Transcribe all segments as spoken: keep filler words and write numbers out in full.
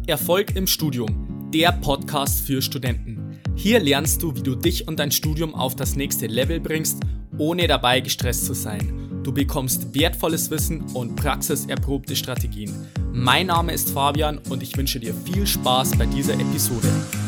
Erfolg im Studium, der Podcast für Studenten. Hier lernst du, wie du dich und dein Studium auf das nächste Level bringst, ohne dabei gestresst zu sein. Du bekommst wertvolles Wissen und praxiserprobte Strategien. Mein Name ist Fabian und ich wünsche dir viel Spaß bei dieser Episode.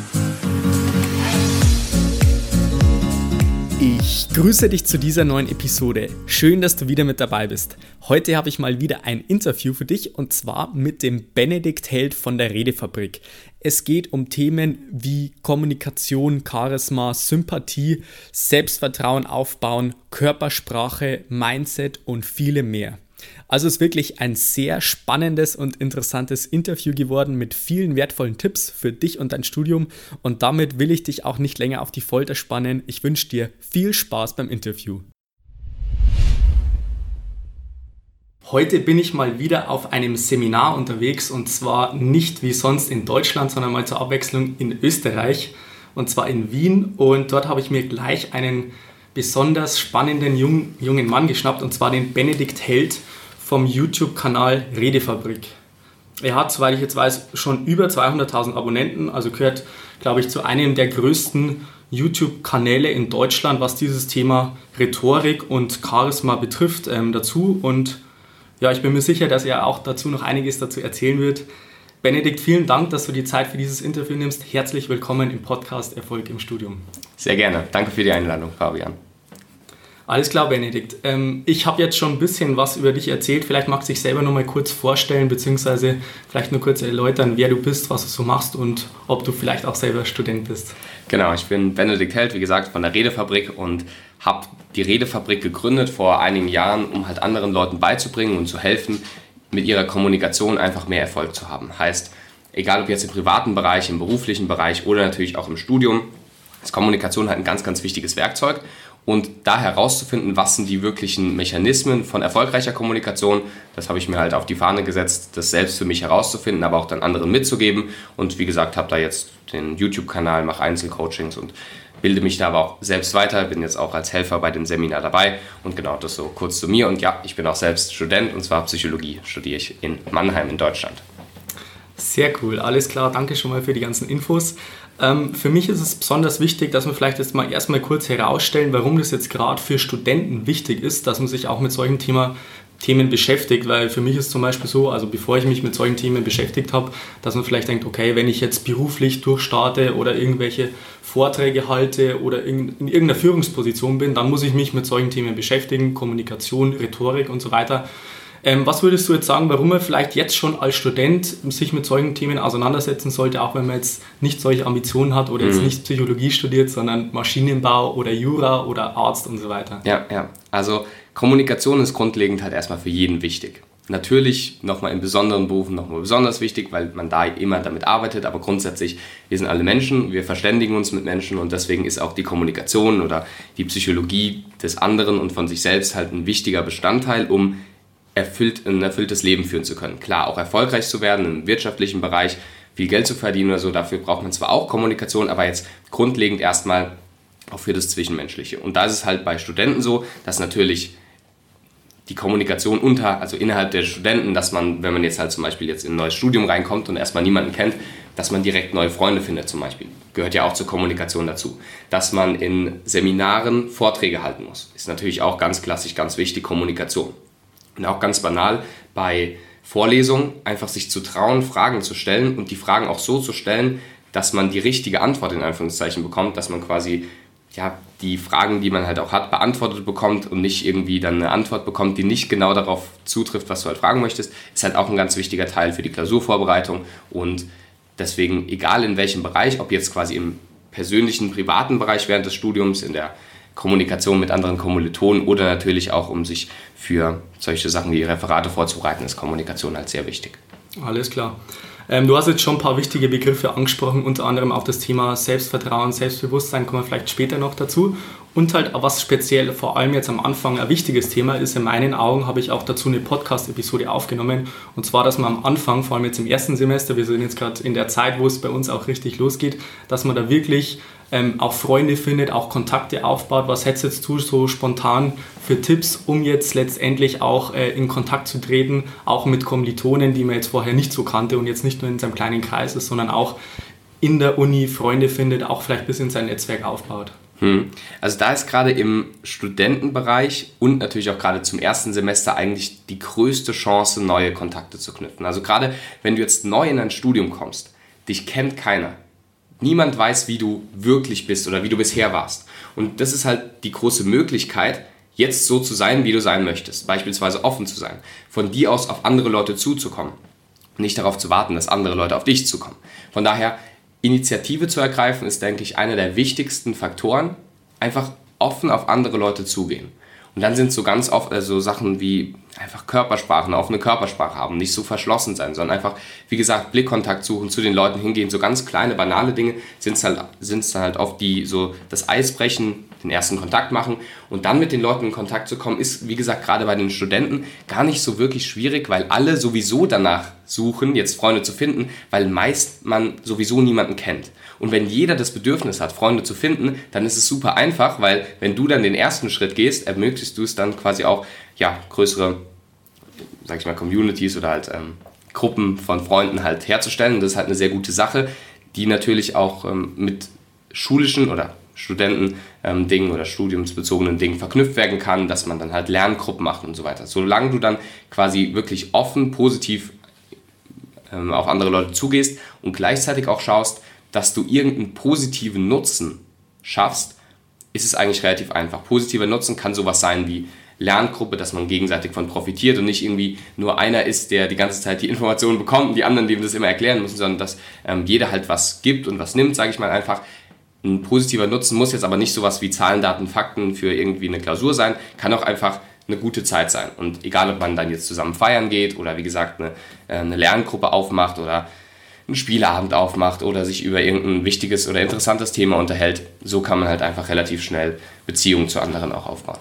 Ich grüße dich zu dieser neuen Episode. Schön, dass du wieder mit dabei bist. Heute habe ich mal wieder ein Interview für dich und zwar mit dem Benedikt Held von der Redefabrik. Es geht um Themen wie Kommunikation, Charisma, Sympathie, Selbstvertrauen aufbauen, Körpersprache, Mindset und viele mehr. Also es ist wirklich ein sehr spannendes und interessantes Interview geworden mit vielen wertvollen Tipps für dich und dein Studium und damit will ich dich auch nicht länger auf die Folter spannen. Ich wünsche dir viel Spaß beim Interview. Heute bin ich mal wieder auf einem Seminar unterwegs und zwar nicht wie sonst in Deutschland, sondern mal zur Abwechslung in Österreich und zwar in Wien und dort habe ich mir gleich einen besonders spannenden jungen, jungen Mann geschnappt und zwar den Benedikt Held vom YouTube-Kanal Redefabrik. Er hat, soweit ich jetzt weiß, schon über zweihunderttausend Abonnenten, also gehört, glaube ich, zu einem der größten YouTube-Kanäle in Deutschland, was dieses Thema Rhetorik und Charisma betrifft, ähm, dazu. Und ja, ich bin mir sicher, dass er auch dazu noch einiges dazu erzählen wird. Benedikt, vielen Dank, dass du die Zeit für dieses Interview nimmst. Herzlich willkommen im Podcast Erfolg im Studium. Sehr gerne. Danke für die Einladung, Fabian. Alles klar, Benedikt. Ähm, ich habe jetzt schon ein bisschen was über dich erzählt. Vielleicht magst du dich selber noch mal kurz vorstellen, beziehungsweise vielleicht nur kurz erläutern, wer du bist, was du so machst und ob du vielleicht auch selber Student bist. Genau, ich bin Benedikt Held, wie gesagt, von der Redefabrik und habe die Redefabrik gegründet vor einigen Jahren, um halt anderen Leuten beizubringen und zu helfen, mit ihrer Kommunikation einfach mehr Erfolg zu haben. Heißt, egal ob jetzt im privaten Bereich, im beruflichen Bereich oder natürlich auch im Studium, ist Kommunikation halt ein ganz, ganz wichtiges Werkzeug. Und da herauszufinden, was sind die wirklichen Mechanismen von erfolgreicher Kommunikation, das habe ich mir halt auf die Fahne gesetzt, das selbst für mich herauszufinden, aber auch dann anderen mitzugeben. Und wie gesagt, habe da jetzt den YouTube-Kanal, mache Einzelcoachings und bilde mich da aber auch selbst weiter, bin jetzt auch als Helfer bei dem Seminar dabei. Und genau, das so kurz zu mir. Und ja, ich bin auch selbst Student und zwar Psychologie, studiere ich in Mannheim in Deutschland. Sehr cool, alles klar, danke schon mal für die ganzen Infos. Ähm, für mich ist es besonders wichtig, dass wir vielleicht jetzt mal erstmal kurz herausstellen, warum das jetzt gerade für Studenten wichtig ist, dass man sich auch mit solchen Thema, Themen beschäftigt, weil für mich ist zum Beispiel so, also bevor ich mich mit solchen Themen beschäftigt habe, dass man vielleicht denkt, okay, wenn ich jetzt beruflich durchstarte oder irgendwelche Vorträge halte oder in, in irgendeiner Führungsposition bin, dann muss ich mich mit solchen Themen beschäftigen, Kommunikation, Rhetorik und so weiter. Ähm, was würdest du jetzt sagen, warum man vielleicht jetzt schon als Student sich mit solchen Themen auseinandersetzen sollte, auch wenn man jetzt nicht solche Ambitionen hat oder jetzt mhm. nicht Psychologie studiert, sondern Maschinenbau oder Jura oder Arzt und so weiter? Ja, ja. Also Kommunikation ist grundlegend halt erstmal für jeden wichtig. Natürlich nochmal in besonderen Berufen nochmal besonders wichtig, weil man da immer damit arbeitet, aber grundsätzlich, wir sind alle Menschen, wir verständigen uns mit Menschen und deswegen ist auch die Kommunikation oder die Psychologie des anderen und von sich selbst halt ein wichtiger Bestandteil, um erfüllt, ein erfülltes Leben führen zu können. Klar, auch erfolgreich zu werden im wirtschaftlichen Bereich, viel Geld zu verdienen oder so, dafür braucht man zwar auch Kommunikation, aber jetzt grundlegend erstmal auch für das Zwischenmenschliche. Und da ist es halt bei Studenten so, dass natürlich die Kommunikation unter, also innerhalb der Studenten, dass man, wenn man jetzt halt zum Beispiel jetzt in ein neues Studium reinkommt und erstmal niemanden kennt, dass man direkt neue Freunde findet zum Beispiel. Gehört ja auch zur Kommunikation dazu. Dass man in Seminaren Vorträge halten muss, ist natürlich auch ganz klassisch, ganz wichtig, Kommunikation. Und auch ganz banal, bei Vorlesungen einfach sich zu trauen, Fragen zu stellen und die Fragen auch so zu stellen, dass man die richtige Antwort in Anführungszeichen bekommt, dass man quasi ja, die Fragen, die man halt auch hat, beantwortet bekommt und nicht irgendwie dann eine Antwort bekommt, die nicht genau darauf zutrifft, was du halt fragen möchtest, ist halt auch ein ganz wichtiger Teil für die Klausurvorbereitung und deswegen, egal in welchem Bereich, ob jetzt quasi im persönlichen, privaten Bereich während des Studiums, in der Kommunikation mit anderen Kommilitonen oder natürlich auch, um sich für solche Sachen wie Referate vorzubereiten, ist Kommunikation halt sehr wichtig. Alles klar. Ähm, du hast jetzt schon ein paar wichtige Begriffe angesprochen, unter anderem auch das Thema Selbstvertrauen, Selbstbewusstsein, kommen wir vielleicht später noch dazu. Und halt, was speziell vor allem jetzt am Anfang ein wichtiges Thema ist, in meinen Augen habe ich auch dazu eine Podcast-Episode aufgenommen. Und zwar, dass man am Anfang, vor allem jetzt im ersten Semester, wir sind jetzt gerade in der Zeit, wo es bei uns auch richtig losgeht, dass man da wirklich ähm, auch Freunde findet, auch Kontakte aufbaut. Was hättest jetzt du so spontan für Tipps, um jetzt letztendlich auch äh, in Kontakt zu treten, auch mit Kommilitonen, die man jetzt vorher nicht so kannte und jetzt nicht nur in seinem kleinen Kreis ist, sondern auch in der Uni Freunde findet, auch vielleicht bis in sein Netzwerk aufbaut? Also da ist gerade im Studentenbereich und natürlich auch gerade zum ersten Semester eigentlich die größte Chance, neue Kontakte zu knüpfen. Also gerade wenn du jetzt neu in ein Studium kommst, dich kennt keiner. Niemand weiß, wie du wirklich bist oder wie du bisher warst. Und das ist halt die große Möglichkeit, jetzt so zu sein, wie du sein möchtest. Beispielsweise offen zu sein, von dir aus auf andere Leute zuzukommen. Nicht darauf zu warten, dass andere Leute auf dich zukommen. Von daher, Initiative zu ergreifen, ist, denke ich, einer der wichtigsten Faktoren. Einfach offen auf andere Leute zugehen. Und dann sind so ganz oft also Sachen wie einfach Körpersprache, eine offene Körpersprache haben, nicht so verschlossen sein, sondern einfach, wie gesagt, Blickkontakt suchen, zu den Leuten hingehen. So ganz kleine, banale Dinge sind es halt, sind's dann halt oft, die so das Eis brechen, den ersten Kontakt machen. Und dann mit den Leuten in Kontakt zu kommen, ist, wie gesagt, gerade bei den Studenten gar nicht so wirklich schwierig, weil alle sowieso danach suchen, jetzt Freunde zu finden, weil meist man sowieso niemanden kennt. Und wenn jeder das Bedürfnis hat, Freunde zu finden, dann ist es super einfach, weil wenn du dann den ersten Schritt gehst, ermöglichst du es dann quasi auch, ja, größere, sag ich mal, Communities oder halt ähm, Gruppen von Freunden halt herzustellen. Und das ist halt eine sehr gute Sache, die natürlich auch ähm, mit schulischen oder Studenten-Dingen ähm, oder studiumsbezogenen Dingen verknüpft werden kann, dass man dann halt Lerngruppen macht und so weiter. Solange du dann quasi wirklich offen, positiv ähm, auf andere Leute zugehst und gleichzeitig auch schaust, dass du irgendeinen positiven Nutzen schaffst, ist es eigentlich relativ einfach. Positiver Nutzen kann sowas sein wie Lerngruppe, dass man gegenseitig von profitiert und nicht irgendwie nur einer ist, der die ganze Zeit die Informationen bekommt und die anderen dem das immer erklären müssen, sondern dass ähm, jeder halt was gibt und was nimmt, sage ich mal einfach. Ein positiver Nutzen muss jetzt aber nicht sowas wie Zahlen, Daten, Fakten für irgendwie eine Klausur sein, kann auch einfach eine gute Zeit sein. Und egal, ob man dann jetzt zusammen feiern geht oder wie gesagt eine, eine Lerngruppe aufmacht oder einen Spieleabend aufmacht oder sich über irgendein wichtiges oder interessantes Thema unterhält, so kann man halt einfach relativ schnell Beziehungen zu anderen auch aufbauen.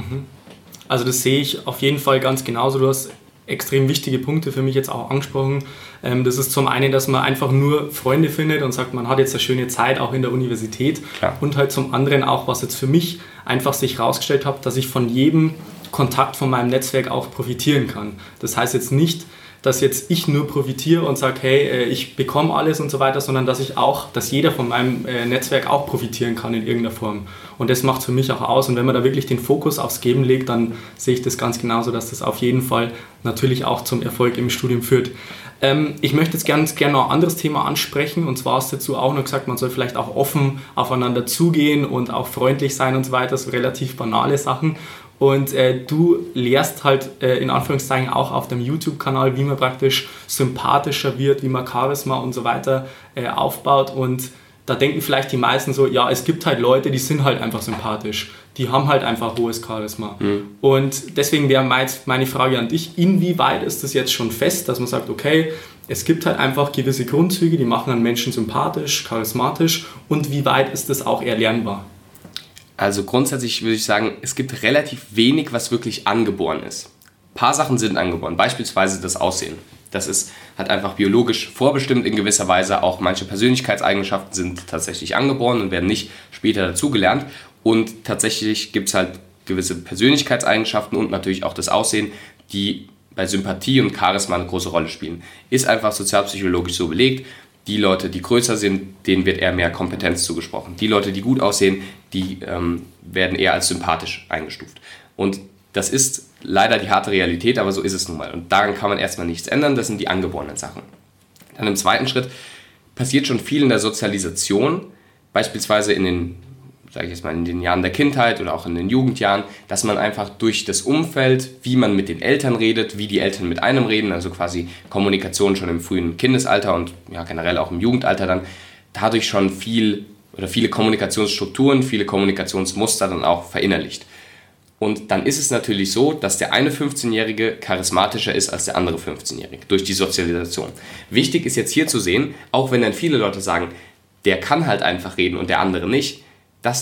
Also das sehe ich auf jeden Fall ganz genauso. Du hast extrem wichtige Punkte für mich jetzt auch angesprochen. Das ist zum einen, dass man einfach nur Freunde findet und sagt, man hat jetzt eine schöne Zeit auch in der Universität. Klar. Und halt zum anderen auch, was jetzt für mich einfach sich herausgestellt hat, dass ich von jedem Kontakt von meinem Netzwerk auch profitieren kann. Das heißt jetzt nicht, dass jetzt ich nur profitiere und sage, hey, ich bekomme alles und so weiter, sondern dass ich auch, dass jeder von meinem Netzwerk auch profitieren kann in irgendeiner Form. Und das macht es für mich auch aus. Und wenn man da wirklich den Fokus aufs Geben legt, dann sehe ich das ganz genauso, dass das auf jeden Fall natürlich auch zum Erfolg im Studium führt. Ähm, ich möchte jetzt gerne gern noch ein anderes Thema ansprechen. Und zwar hast du dazu auch noch gesagt, man soll vielleicht auch offen aufeinander zugehen und auch freundlich sein und so weiter. So relativ banale Sachen. Und äh, du lehrst halt äh, in Anführungszeichen auch auf dem YouTube-Kanal, wie man praktisch sympathischer wird, wie man Charisma und so weiter äh, aufbaut. Und da denken vielleicht die meisten so, ja, es gibt halt Leute, die sind halt einfach sympathisch. Die haben halt einfach hohes Charisma. Mhm. Und deswegen wäre meine Frage an dich, inwieweit ist das jetzt schon fest, dass man sagt, okay, es gibt halt einfach gewisse Grundzüge, die machen einen Menschen sympathisch, charismatisch. Und wie weit ist das auch erlernbar? Also grundsätzlich würde ich sagen, es gibt relativ wenig, was wirklich angeboren ist. Ein paar Sachen sind angeboren, beispielsweise das Aussehen. Das ist halt einfach biologisch vorbestimmt in gewisser Weise. Auch manche Persönlichkeitseigenschaften sind tatsächlich angeboren und werden nicht später dazugelernt. Und tatsächlich gibt es halt gewisse Persönlichkeitseigenschaften und natürlich auch das Aussehen, die bei Sympathie und Charisma eine große Rolle spielen. Ist einfach sozialpsychologisch so belegt. Die Leute, die größer sind, denen wird eher mehr Kompetenz zugesprochen. Die Leute, die gut aussehen, die ähm, werden eher als sympathisch eingestuft. Und das ist leider die harte Realität, aber so ist es nun mal. Und daran kann man erstmal nichts ändern, das sind die angeborenen Sachen. Dann im zweiten Schritt passiert schon viel in der Sozialisation, beispielsweise in den, sage ich jetzt mal, in den Jahren der Kindheit oder auch in den Jugendjahren, dass man einfach durch das Umfeld, wie man mit den Eltern redet, wie die Eltern mit einem reden, also quasi Kommunikation schon im frühen Kindesalter und ja, generell auch im Jugendalter dann, dadurch schon viel oder viele Kommunikationsstrukturen, viele Kommunikationsmuster dann auch verinnerlicht. Und dann ist es natürlich so, dass der eine fünfzehnjährige charismatischer ist als der andere fünfzehnjährige durch die Sozialisation. Wichtig ist jetzt hier zu sehen, auch wenn dann viele Leute sagen, der kann halt einfach reden und der andere nicht, dass das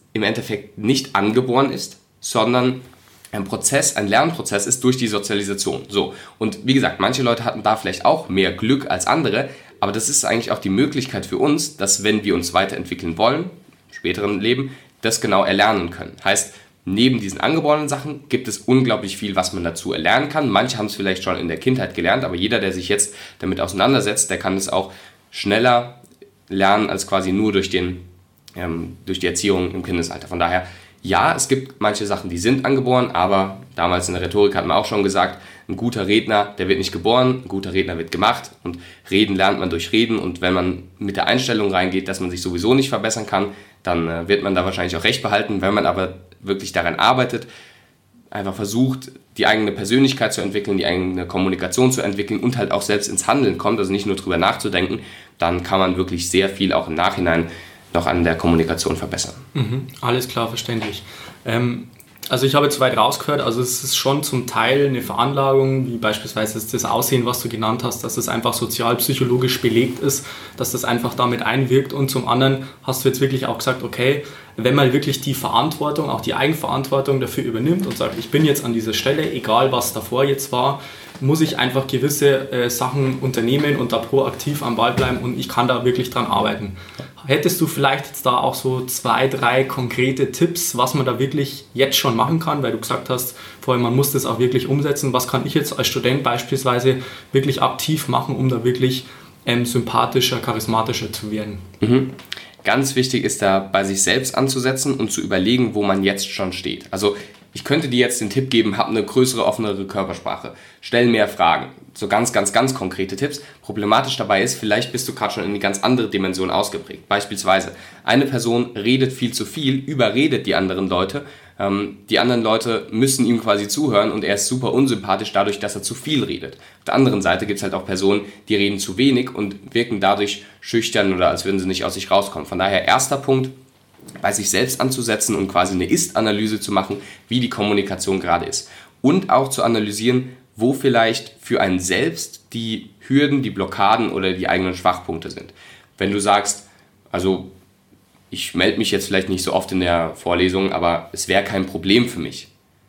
im Endeffekt nicht angeboren ist, sondern ein Prozess, ein Lernprozess ist durch die Sozialisation. So. Und wie gesagt, manche Leute hatten da vielleicht auch mehr Glück als andere, aber das ist eigentlich auch die Möglichkeit für uns, dass wenn wir uns weiterentwickeln wollen, im späteren Leben, das genau erlernen können. Heißt, neben diesen angeborenen Sachen gibt es unglaublich viel, was man dazu erlernen kann. Manche haben es vielleicht schon in der Kindheit gelernt, aber jeder, der sich jetzt damit auseinandersetzt, der kann es auch schneller lernen als quasi nur durch, den, ähm, durch die Erziehung im Kindesalter. Von daher, ja, es gibt manche Sachen, die sind angeboren, aber damals in der Rhetorik hat man auch schon gesagt, ein guter Redner, der wird nicht geboren, ein guter Redner wird gemacht und Reden lernt man durch Reden und wenn man mit der Einstellung reingeht, dass man sich sowieso nicht verbessern kann, dann äh, wird man da wahrscheinlich auch recht behalten. Wenn man aber wirklich daran arbeitet, einfach versucht, die eigene Persönlichkeit zu entwickeln, die eigene Kommunikation zu entwickeln und halt auch selbst ins Handeln kommt, also nicht nur drüber nachzudenken, dann kann man wirklich sehr viel auch im Nachhinein noch an der Kommunikation verbessern. Mhm, alles klar, verständlich. Ähm, also ich habe jetzt weit rausgehört, also es ist schon zum Teil eine Veranlagung, wie beispielsweise das Aussehen, was du genannt hast, dass das einfach sozialpsychologisch belegt ist, dass das einfach damit einwirkt und zum anderen hast du jetzt wirklich auch gesagt, okay, wenn man wirklich die Verantwortung, auch die Eigenverantwortung dafür übernimmt und sagt, ich bin jetzt an dieser Stelle, egal was davor jetzt war, muss ich einfach gewisse äh, Sachen unternehmen und da proaktiv am Ball bleiben und ich kann da wirklich dran arbeiten. Hättest du vielleicht jetzt da auch so zwei, drei konkrete Tipps, was man da wirklich jetzt schon machen kann, weil du gesagt hast, vorher man muss das auch wirklich umsetzen. Was kann ich jetzt als Student beispielsweise wirklich aktiv machen, um da wirklich ähm, sympathischer, charismatischer zu werden? Mhm. Ganz wichtig ist da, bei sich selbst anzusetzen und zu überlegen, wo man jetzt schon steht. Also ich könnte dir jetzt den Tipp geben, hab eine größere, offenere Körpersprache, stell mehr Fragen. So ganz, ganz, ganz konkrete Tipps. Problematisch dabei ist, vielleicht bist du gerade schon in eine ganz andere Dimension ausgeprägt. Beispielsweise, eine Person redet viel zu viel, überredet die anderen Leute. Ähm, die anderen Leute müssen ihm quasi zuhören und er ist super unsympathisch dadurch, dass er zu viel redet. Auf der anderen Seite gibt es halt auch Personen, die reden zu wenig und wirken dadurch schüchtern oder als würden sie nicht aus sich rauskommen. Von daher erster Punkt, bei sich selbst anzusetzen und quasi eine Ist-Analyse zu machen, wie die Kommunikation gerade ist. Und auch zu analysieren, wo vielleicht für einen selbst die Hürden, die Blockaden oder die eigenen Schwachpunkte sind. Wenn du sagst, also ich melde mich jetzt vielleicht nicht so oft in der Vorlesung, aber es wäre kein Problem für mich,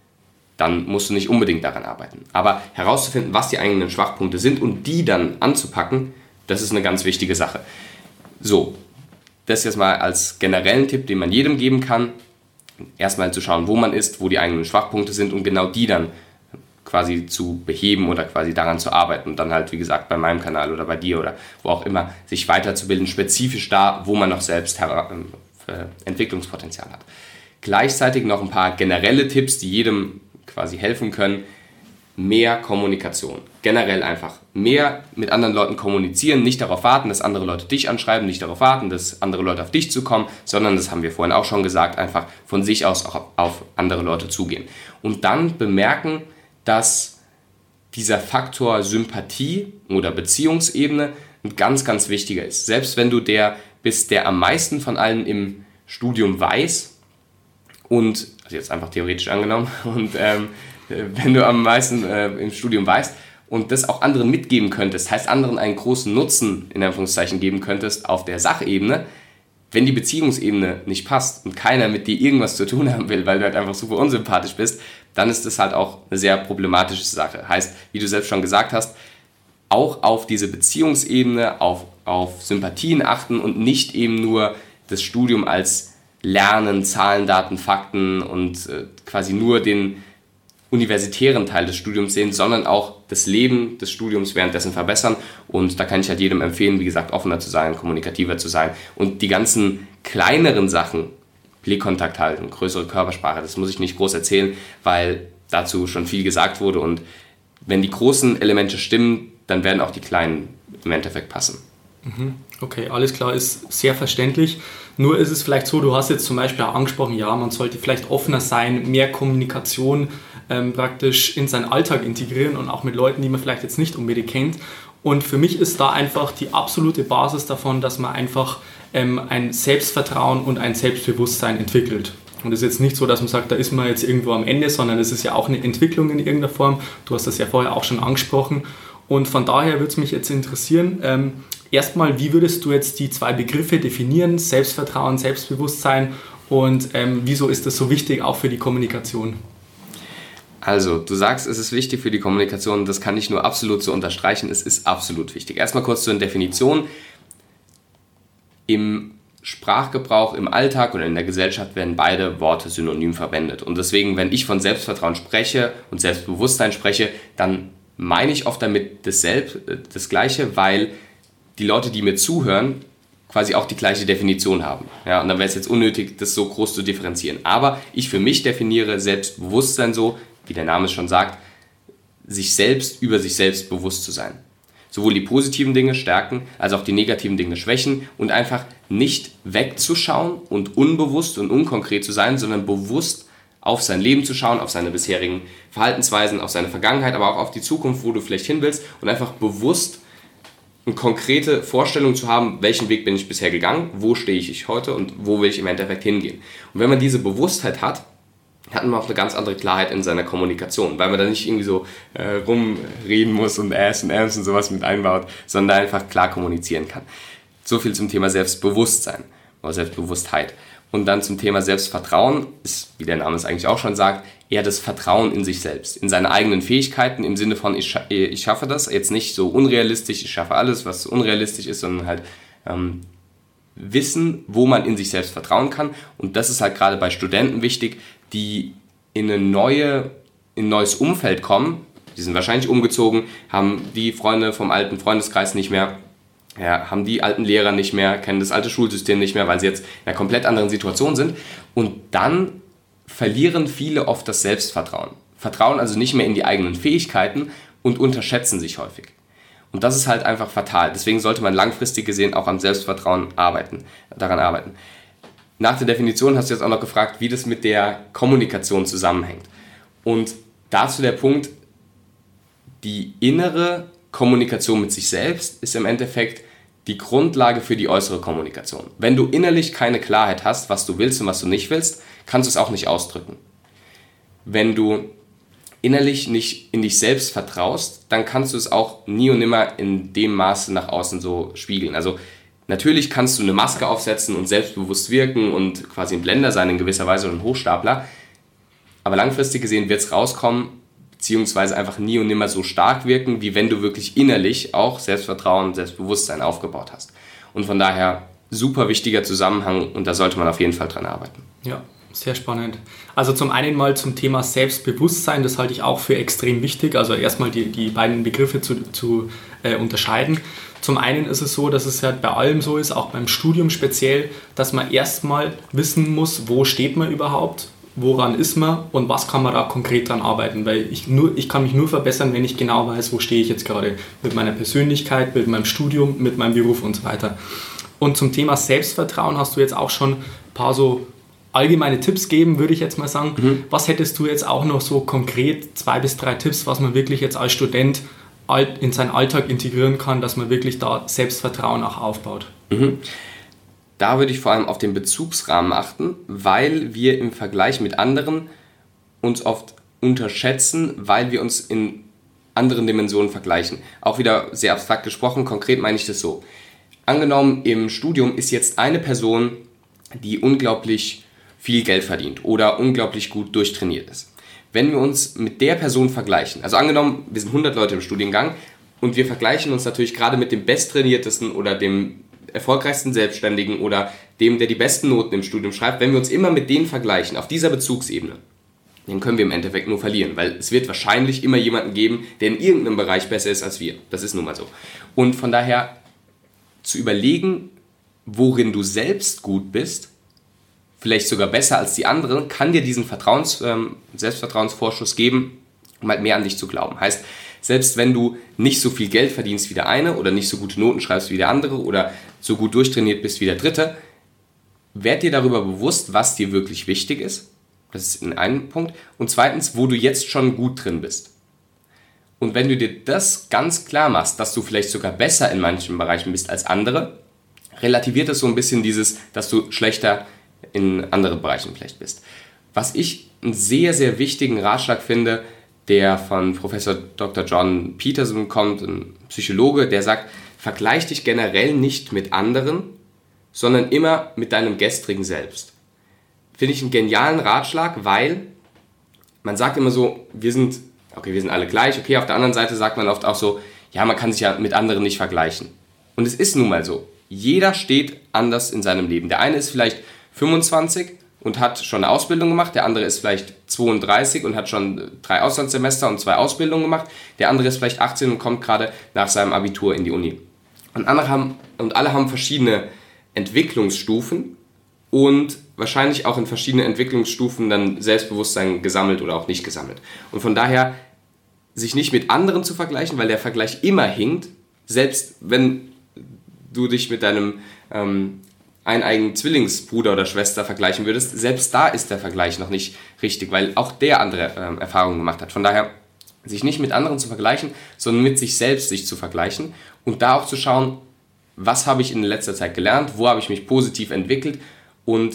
dann musst du nicht unbedingt daran arbeiten. Aber herauszufinden, was die eigenen Schwachpunkte sind und die dann anzupacken, das ist eine ganz wichtige Sache. So, das jetzt mal als generellen Tipp, den man jedem geben kann. Erstmal zu schauen, wo man ist, wo die eigenen Schwachpunkte sind und genau die dann quasi zu beheben oder quasi daran zu arbeiten. Und dann halt, wie gesagt, bei meinem Kanal oder bei dir oder wo auch immer, sich weiterzubilden, spezifisch da, wo man noch selbst Her- äh, Entwicklungspotenzial hat. Gleichzeitig noch ein paar generelle Tipps, die jedem quasi helfen können. Mehr Kommunikation. Generell einfach mehr mit anderen Leuten kommunizieren, nicht darauf warten, dass andere Leute dich anschreiben, nicht darauf warten, dass andere Leute auf dich zukommen, sondern, das haben wir vorhin auch schon gesagt, einfach von sich aus auch auf andere Leute zugehen. Und dann bemerken, dass dieser Faktor Sympathie oder Beziehungsebene ein ganz, ganz wichtiger ist. Selbst wenn du der bist, der am meisten von allen im Studium weiß und, also jetzt einfach theoretisch angenommen, und ähm, wenn du am meisten äh, im Studium weißt und das auch anderen mitgeben könntest, heißt anderen einen großen Nutzen in Anführungszeichen geben könntest auf der Sachebene, wenn die Beziehungsebene nicht passt und keiner mit dir irgendwas zu tun haben will, weil du halt einfach super unsympathisch bist, dann ist das halt auch eine sehr problematische Sache. Heißt, wie du selbst schon gesagt hast, auch auf diese Beziehungsebene, auf, auf Sympathien achten und nicht eben nur das Studium als Lernen, Zahlen, Daten, Fakten und äh, quasi nur den universitären Teil des Studiums sehen, sondern auch das Leben des Studiums währenddessen verbessern. Und da kann ich halt jedem empfehlen, wie gesagt, offener zu sein, kommunikativer zu sein. Und die ganzen kleineren Sachen, Blickkontakt halten, größere Körpersprache, das muss ich nicht groß erzählen, weil dazu schon viel gesagt wurde. Und wenn die großen Elemente stimmen, dann werden auch die kleinen im Endeffekt passen. Okay, alles klar, ist sehr verständlich. Nur ist es vielleicht so, du hast jetzt zum Beispiel auch angesprochen, ja, man sollte vielleicht offener sein, mehr Kommunikation ähm, praktisch in seinen Alltag integrieren und auch mit Leuten, die man vielleicht jetzt nicht unbedingt kennt. Und für mich ist da einfach die absolute Basis davon, dass man einfach ähm, ein Selbstvertrauen und ein Selbstbewusstsein entwickelt. Und es ist jetzt nicht so, dass man sagt, da ist man jetzt irgendwo am Ende, sondern es ist ja auch eine Entwicklung in irgendeiner Form. Du hast das ja vorher auch schon angesprochen. Und von daher würde es mich jetzt interessieren, ähm, erstmal, wie würdest du jetzt die zwei Begriffe definieren, Selbstvertrauen, Selbstbewusstsein, und ähm, wieso ist das so wichtig auch für die Kommunikation? Also, du sagst, es ist wichtig für die Kommunikation, das kann ich nur absolut so unterstreichen, es ist absolut wichtig. Erstmal kurz zur Definition. Im Sprachgebrauch, im Alltag oder in der Gesellschaft werden beide Worte synonym verwendet. Und deswegen, wenn ich von Selbstvertrauen spreche und Selbstbewusstsein spreche, dann meine ich oft damit dasselbe, das Gleiche, weil die Leute, die mir zuhören, quasi auch die gleiche Definition haben. Ja, und dann wäre es jetzt unnötig, das so groß zu differenzieren. Aber ich für mich definiere Selbstbewusstsein so, wie der Name es schon sagt, sich selbst über sich selbst bewusst zu sein. Sowohl die positiven Dinge stärken, als auch die negativen Dinge schwächen und einfach nicht wegzuschauen und unbewusst und unkonkret zu sein, sondern bewusst auf sein Leben zu schauen, auf seine bisherigen Verhaltensweisen, auf seine Vergangenheit, aber auch auf die Zukunft, wo du vielleicht hin willst und einfach bewusst eine konkrete Vorstellung zu haben, welchen Weg bin ich bisher gegangen, wo stehe ich heute und wo will ich im Endeffekt hingehen. Und wenn man diese Bewusstheit hat, hat man auch eine ganz andere Klarheit in seiner Kommunikation, weil man da nicht irgendwie so äh, rumreden muss und Äs und Äms und sowas mit einbaut, sondern einfach klar kommunizieren kann. So viel zum Thema Selbstbewusstsein oder Selbstbewusstheit. Und dann zum Thema Selbstvertrauen ist, wie der Name es eigentlich auch schon sagt, eher das Vertrauen in sich selbst, in seine eigenen Fähigkeiten im Sinne von, ich, scha- ich schaffe das, jetzt nicht so unrealistisch, ich schaffe alles, was unrealistisch ist, sondern halt ähm, wissen, wo man in sich selbst vertrauen kann. Und das ist halt gerade bei Studenten wichtig, die in, eine neue, in ein neues Umfeld kommen. Die sind wahrscheinlich umgezogen, haben die Freunde vom alten Freundeskreis nicht mehr, ja, haben die alten Lehrer nicht mehr, kennen das alte Schulsystem nicht mehr, weil sie jetzt in einer komplett anderen Situation sind. Und dann verlieren viele oft das Selbstvertrauen. Vertrauen also nicht mehr in die eigenen Fähigkeiten und unterschätzen sich häufig. Und das ist halt einfach fatal. Deswegen sollte man langfristig gesehen auch am Selbstvertrauen arbeiten, daran arbeiten. Nach der Definition hast du jetzt auch noch gefragt, wie das mit der Kommunikation zusammenhängt. Und dazu der Punkt, die innere Kommunikation mit sich selbst ist im Endeffekt die Grundlage für die äußere Kommunikation. Wenn du innerlich keine Klarheit hast, was du willst und was du nicht willst, kannst du es auch nicht ausdrücken. Wenn du innerlich nicht in dich selbst vertraust, dann kannst du es auch nie und nimmer in dem Maße nach außen so spiegeln. Also natürlich kannst du eine Maske aufsetzen und selbstbewusst wirken und quasi ein Blender sein in gewisser Weise oder ein Hochstapler, aber langfristig gesehen wird es rauskommen, beziehungsweise einfach nie und nimmer so stark wirken, wie wenn du wirklich innerlich auch Selbstvertrauen, Selbstbewusstsein aufgebaut hast. Und von daher super wichtiger Zusammenhang und da sollte man auf jeden Fall dran arbeiten. Ja, sehr spannend. Also zum einen mal zum Thema Selbstbewusstsein, das halte ich auch für extrem wichtig, also erstmal die, die beiden Begriffe zu, zu äh, unterscheiden. Zum einen ist es so, dass es halt bei allem so ist, auch beim Studium speziell, dass man erstmal wissen muss, wo steht man überhaupt, woran ist man und was kann man da konkret dran arbeiten, weil ich, nur, ich kann mich nur verbessern, wenn ich genau weiß, wo stehe ich jetzt gerade mit meiner Persönlichkeit, mit meinem Studium, mit meinem Beruf und so weiter. Und zum Thema Selbstvertrauen hast du jetzt auch schon ein paar so allgemeine Tipps geben, würde ich jetzt mal sagen. Mhm. Was hättest du jetzt auch noch so konkret, zwei bis drei Tipps, was man wirklich jetzt als Student in seinen Alltag integrieren kann, dass man wirklich da Selbstvertrauen auch aufbaut? Mhm. Da würde ich vor allem auf den Bezugsrahmen achten, weil wir im Vergleich mit anderen uns oft unterschätzen, weil wir uns in anderen Dimensionen vergleichen. Auch wieder sehr abstrakt gesprochen, konkret meine ich das so. Angenommen, im Studium ist jetzt eine Person, die unglaublich viel Geld verdient oder unglaublich gut durchtrainiert ist. Wenn wir uns mit der Person vergleichen, also angenommen, wir sind hundert Leute im Studiengang und wir vergleichen uns natürlich gerade mit dem besttrainiertesten oder dem erfolgreichsten Selbstständigen oder dem, der die besten Noten im Studium schreibt, wenn wir uns immer mit denen vergleichen, auf dieser Bezugsebene, dann können wir im Endeffekt nur verlieren, weil es wird wahrscheinlich immer jemanden geben, der in irgendeinem Bereich besser ist als wir. Das ist nun mal so. Und von daher zu überlegen, worin du selbst gut bist, vielleicht sogar besser als die anderen, kann dir diesen Vertrauens, ähm, Selbstvertrauensvorschuss geben, um halt mehr an dich zu glauben. Heißt, selbst wenn du nicht so viel Geld verdienst wie der eine oder nicht so gute Noten schreibst wie der andere oder so gut durchtrainiert bist wie der dritte, werd dir darüber bewusst, was dir wirklich wichtig ist. Das ist in einem Punkt. Und zweitens, wo du jetzt schon gut drin bist. Und wenn du dir das ganz klar machst, dass du vielleicht sogar besser in manchen Bereichen bist als andere, relativiert das so ein bisschen dieses, dass du schlechter in anderen Bereichen vielleicht bist. Was ich einen sehr, sehr wichtigen Ratschlag finde, der von Professor Doktor John Peterson kommt, ein Psychologe, der sagt, vergleich dich generell nicht mit anderen, sondern immer mit deinem gestrigen Selbst. finde ich einen genialen Ratschlag, weil man sagt immer so, wir sind, okay, wir sind alle gleich, okay, auf der anderen Seite sagt man oft auch so, ja, man kann sich ja mit anderen nicht vergleichen. Und es ist nun mal so, jeder steht anders in seinem Leben. Der eine ist vielleicht fünfundzwanzig und hat schon eine Ausbildung gemacht, der andere ist vielleicht zweiunddreißig und hat schon drei Auslandssemester und zwei Ausbildungen gemacht, der andere ist vielleicht achtzehn und kommt gerade nach seinem Abitur in die Uni. Und, andere haben, und alle haben verschiedene Entwicklungsstufen und wahrscheinlich auch in verschiedenen Entwicklungsstufen dann Selbstbewusstsein gesammelt oder auch nicht gesammelt. Und von daher sich nicht mit anderen zu vergleichen, weil der Vergleich immer hinkt, selbst wenn du dich mit deinem ähm, eineigen Zwillingsbruder oder Schwester vergleichen würdest, selbst da ist der Vergleich noch nicht richtig, weil auch der andere ähm, Erfahrungen gemacht hat. Von daher sich nicht mit anderen zu vergleichen, sondern mit sich selbst sich zu vergleichen und da auch zu schauen, was habe ich in letzter Zeit gelernt, wo habe ich mich positiv entwickelt. Und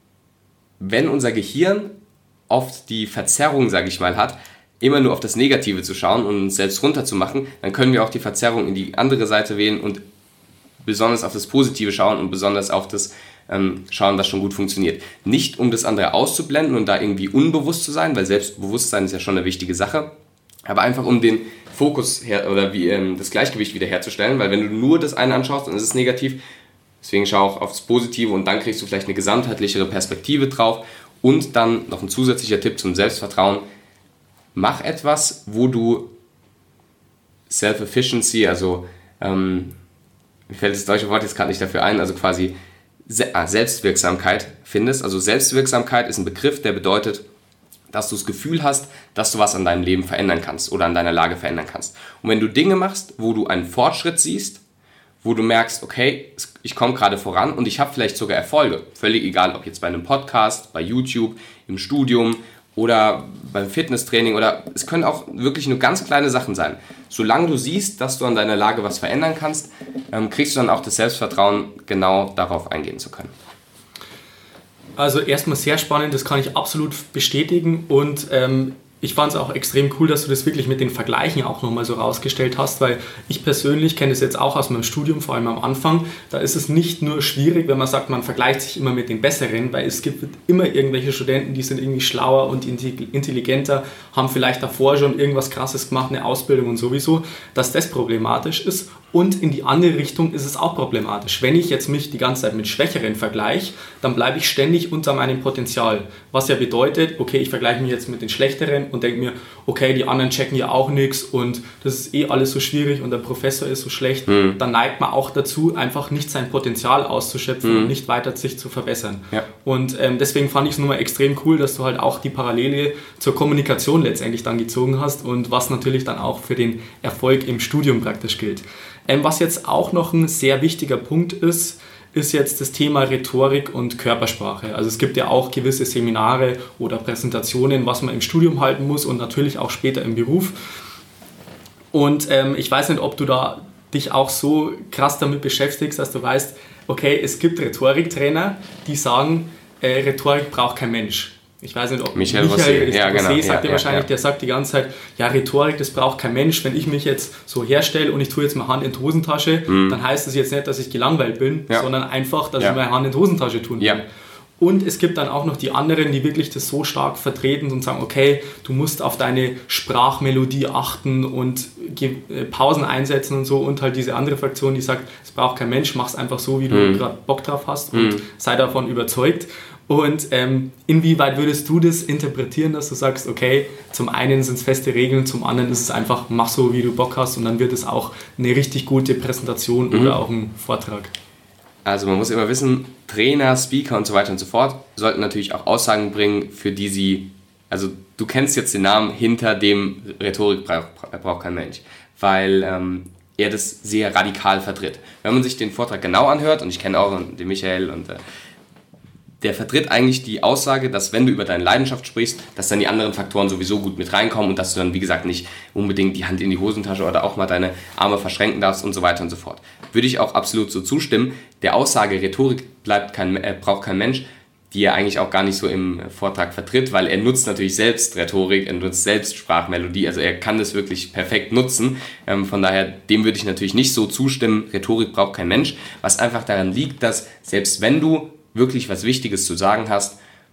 wenn unser Gehirn oft die Verzerrung, sage ich mal, hat, immer nur auf das Negative zu schauen und uns selbst runterzumachen, dann können wir auch die Verzerrung in die andere Seite wählen und besonders auf das Positive schauen und besonders auf das ähm, schauen, was schon gut funktioniert. Nicht um das andere auszublenden und da irgendwie unbewusst zu sein, weil Selbstbewusstsein ist ja schon eine wichtige Sache, aber einfach um den Fokus her oder wie, ähm, das Gleichgewicht wiederherzustellen, weil wenn du nur das eine anschaust, dann ist es negativ. Deswegen schau auch aufs Positive und dann kriegst du vielleicht eine gesamtheitlichere Perspektive drauf. Und dann noch ein zusätzlicher Tipp zum Selbstvertrauen. Mach etwas, wo du Self-Efficiency, also ähm, mir fällt das deutsche Wort jetzt gerade nicht dafür ein, also quasi Se- ah, Selbstwirksamkeit findest. Also Selbstwirksamkeit ist ein Begriff, der bedeutet, dass du das Gefühl hast, dass du was an deinem Leben verändern kannst oder an deiner Lage verändern kannst. Und wenn du Dinge machst, wo du einen Fortschritt siehst, wo du merkst, okay, ich komme gerade voran und ich habe vielleicht sogar Erfolge. Völlig egal, ob jetzt bei einem Podcast, bei YouTube, im Studium oder beim Fitnesstraining oder es können auch wirklich nur ganz kleine Sachen sein. Solange du siehst, dass du an deiner Lage was verändern kannst, ähm, kriegst du dann auch das Selbstvertrauen, genau darauf eingehen zu können. Also erstmal sehr spannend, das kann ich absolut bestätigen und ähm, ich fand es auch extrem cool, dass du das wirklich mit den Vergleichen auch nochmal so rausgestellt hast, weil ich persönlich kenne das jetzt auch aus meinem Studium, vor allem am Anfang, da ist es nicht nur schwierig, wenn man sagt, man vergleicht sich immer mit den Besseren, weil es gibt immer irgendwelche Studenten, die sind irgendwie schlauer und intelligenter, haben vielleicht davor schon irgendwas Krasses gemacht, eine Ausbildung und sowieso, dass das problematisch ist. Und in die andere Richtung ist es auch problematisch. Wenn ich jetzt mich die ganze Zeit mit Schwächeren vergleiche, dann bleibe ich ständig unter meinem Potenzial. Was ja bedeutet, okay, ich vergleiche mich jetzt mit den Schlechteren und denke mir, okay, die anderen checken ja auch nichts und das ist eh alles so schwierig und der Professor ist so schlecht. Mhm. Dann neigt man auch dazu, einfach nicht sein Potenzial auszuschöpfen mhm. und nicht weiter sich zu verbessern. Ja. Und ähm, deswegen fand ich es nun mal extrem cool, dass du halt auch die Parallele zur Kommunikation letztendlich dann gezogen hast und was natürlich dann auch für den Erfolg im Studium praktisch gilt. Ähm, was jetzt auch noch ein sehr wichtiger Punkt ist, ist jetzt das Thema Rhetorik und Körpersprache. Also es gibt ja auch gewisse Seminare oder Präsentationen, was man im Studium halten muss und natürlich auch später im Beruf. Und ähm, ich weiß nicht, ob du da dich auch so krass damit beschäftigst, dass du weißt, okay, es gibt Rhetoriktrainer, die sagen, äh, Rhetorik braucht kein Mensch. Ich weiß nicht, ob Michael, Michael Rosé, ja, genau. sagt ja, dir ja, wahrscheinlich, ja. der sagt die ganze Zeit, ja, Rhetorik, das braucht kein Mensch. Wenn ich mich jetzt so herstelle und ich tue jetzt meine Hand in die Hosentasche, mhm. dann heißt das jetzt nicht, dass ich gelangweilt bin, ja. sondern einfach, dass ja. ich meine Hand in die Hosentasche tun will. Ja. Und es gibt dann auch noch die anderen, die wirklich das so stark vertreten und sagen, okay, du musst auf deine Sprachmelodie achten und Pausen einsetzen und so. Und halt diese andere Fraktion, die sagt, es braucht kein Mensch, mach es einfach so, wie du mhm. gerade Bock drauf hast und mhm. sei davon überzeugt. Und ähm, inwieweit würdest du das interpretieren, dass du sagst, okay, zum einen sind es feste Regeln, zum anderen ist es einfach, mach so, wie du Bock hast und dann wird es auch eine richtig gute Präsentation mhm. oder auch ein Vortrag? Also man muss immer wissen, Trainer, Speaker und so weiter und so fort sollten natürlich auch Aussagen bringen, für die sie, also du kennst jetzt den Namen hinter dem Rhetorik braucht, braucht kein Mensch, weil ähm, er das sehr radikal vertritt. Wenn man sich den Vortrag genau anhört, und ich kenne auch den Michael und äh, der vertritt eigentlich die Aussage, dass wenn du über deine Leidenschaft sprichst, dass dann die anderen Faktoren sowieso gut mit reinkommen und dass du dann, wie gesagt, nicht unbedingt die Hand in die Hosentasche oder auch mal deine Arme verschränken darfst und so weiter und so fort. Würde ich auch absolut so zustimmen. Der Aussage, Rhetorik bleibt kein, äh, braucht kein Mensch, die er eigentlich auch gar nicht so im Vortrag vertritt, weil er nutzt natürlich selbst Rhetorik, er nutzt selbst Sprachmelodie, also er kann das wirklich perfekt nutzen. Ähm, von daher, dem würde ich natürlich nicht so zustimmen, Rhetorik braucht kein Mensch, was einfach daran liegt, dass selbst wenn du wirklich was Wichtiges zu sagen hast,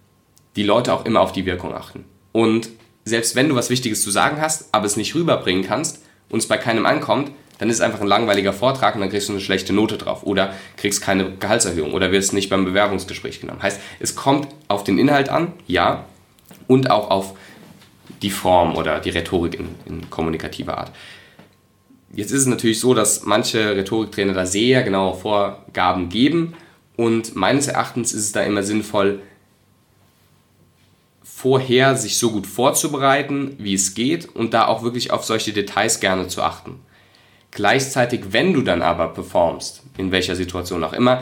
die Leute auch immer auf die Wirkung achten. Und selbst wenn du was Wichtiges zu sagen hast, aber es nicht rüberbringen kannst und es bei keinem ankommt, dann ist es einfach ein langweiliger Vortrag und dann kriegst du eine schlechte Note drauf oder kriegst keine Gehaltserhöhung oder wirst nicht beim Bewerbungsgespräch genommen. Heißt, es kommt auf den Inhalt an, ja, und auch auf die Form oder die Rhetorik in, in kommunikativer Art. Jetzt ist es natürlich so, dass manche Rhetoriktrainer da sehr genaue Vorgaben geben und meines Erachtens ist es da immer sinnvoll, vorher sich so gut vorzubereiten, wie es geht und da auch wirklich auf solche Details gerne zu achten. Gleichzeitig, wenn du dann aber performst, in welcher Situation auch immer,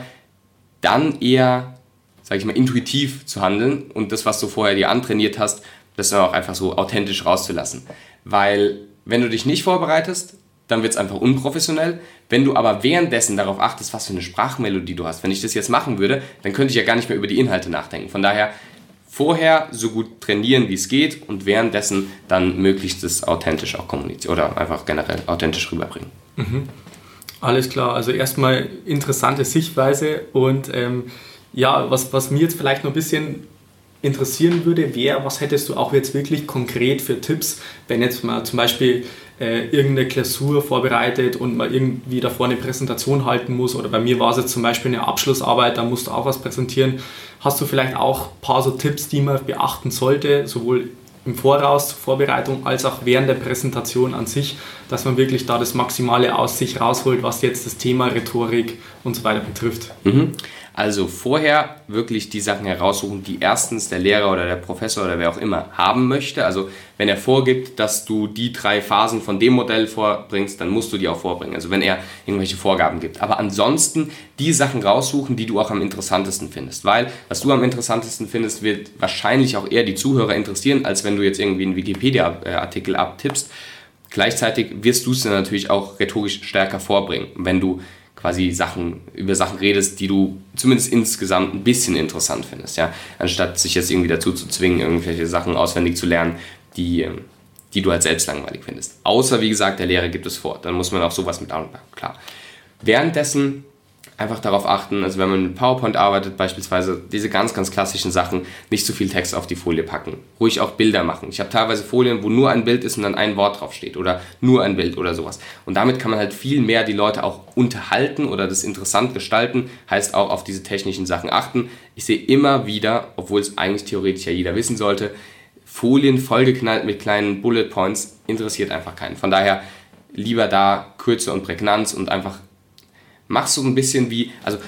dann eher, sag ich mal, intuitiv zu handeln und das, was du vorher dir antrainiert hast, das dann auch einfach so authentisch rauszulassen. Weil, wenn du dich nicht vorbereitest, dann wird es einfach unprofessionell. Wenn du aber währenddessen darauf achtest, was für eine Sprachmelodie du hast, wenn ich das jetzt machen würde, dann könnte ich ja gar nicht mehr über die Inhalte nachdenken. Von daher, vorher so gut trainieren, wie es geht und währenddessen dann möglichst das authentisch auch kommunizieren oder einfach generell authentisch rüberbringen. Mhm. Alles klar, also erstmal interessante Sichtweise und ähm, ja, was, was mir jetzt vielleicht noch ein bisschen interessieren würde, wäre, was hättest du auch jetzt wirklich konkret für Tipps, wenn jetzt mal zum Beispiel äh, irgendeine Klausur vorbereitet und mal irgendwie davor eine Präsentation halten muss oder bei mir war es jetzt zum Beispiel eine Abschlussarbeit, da musst du auch was präsentieren. Hast du vielleicht auch ein paar so Tipps, die man beachten sollte, sowohl im Voraus zur Vorbereitung als auch während der Präsentation an sich, dass man wirklich da das Maximale aus sich rausholt, was jetzt das Thema Rhetorik und so weiter betrifft? Mhm. Also vorher wirklich die Sachen heraussuchen, die erstens der Lehrer oder der Professor oder wer auch immer haben möchte. Also wenn er vorgibt, dass du die drei Phasen von dem Modell vorbringst, dann musst du die auch vorbringen. Also wenn er irgendwelche Vorgaben gibt. Aber ansonsten die Sachen raussuchen, die du auch am interessantesten findest. Weil was du am interessantesten findest, wird wahrscheinlich auch eher die Zuhörer interessieren, als wenn du jetzt irgendwie einen Wikipedia-Artikel abtippst. Gleichzeitig wirst du es dann natürlich auch rhetorisch stärker vorbringen, wenn du quasi Sachen, über Sachen redest, die du zumindest insgesamt ein bisschen interessant findest, ja, anstatt sich jetzt irgendwie dazu zu zwingen, irgendwelche Sachen auswendig zu lernen, die, die du halt selbst langweilig findest. Außer, wie gesagt, der Lehrer gibt es vor, dann muss man auch sowas mit anpacken, klar. Währenddessen einfach darauf achten, also wenn man mit PowerPoint arbeitet beispielsweise, diese ganz, ganz klassischen Sachen, nicht zu viel Text auf die Folie packen. Ruhig auch Bilder machen. Ich habe teilweise Folien, wo nur ein Bild ist und dann ein Wort drauf steht oder nur ein Bild oder sowas. Und damit kann man halt viel mehr die Leute auch unterhalten oder das interessant gestalten, heißt auch auf diese technischen Sachen achten. Ich sehe immer wieder, obwohl es eigentlich theoretisch ja jeder wissen sollte, Folien vollgeknallt mit kleinen Bullet Points interessiert einfach keinen. Von daher lieber da Kürze und Prägnanz und einfach mach so ein bisschen wie, also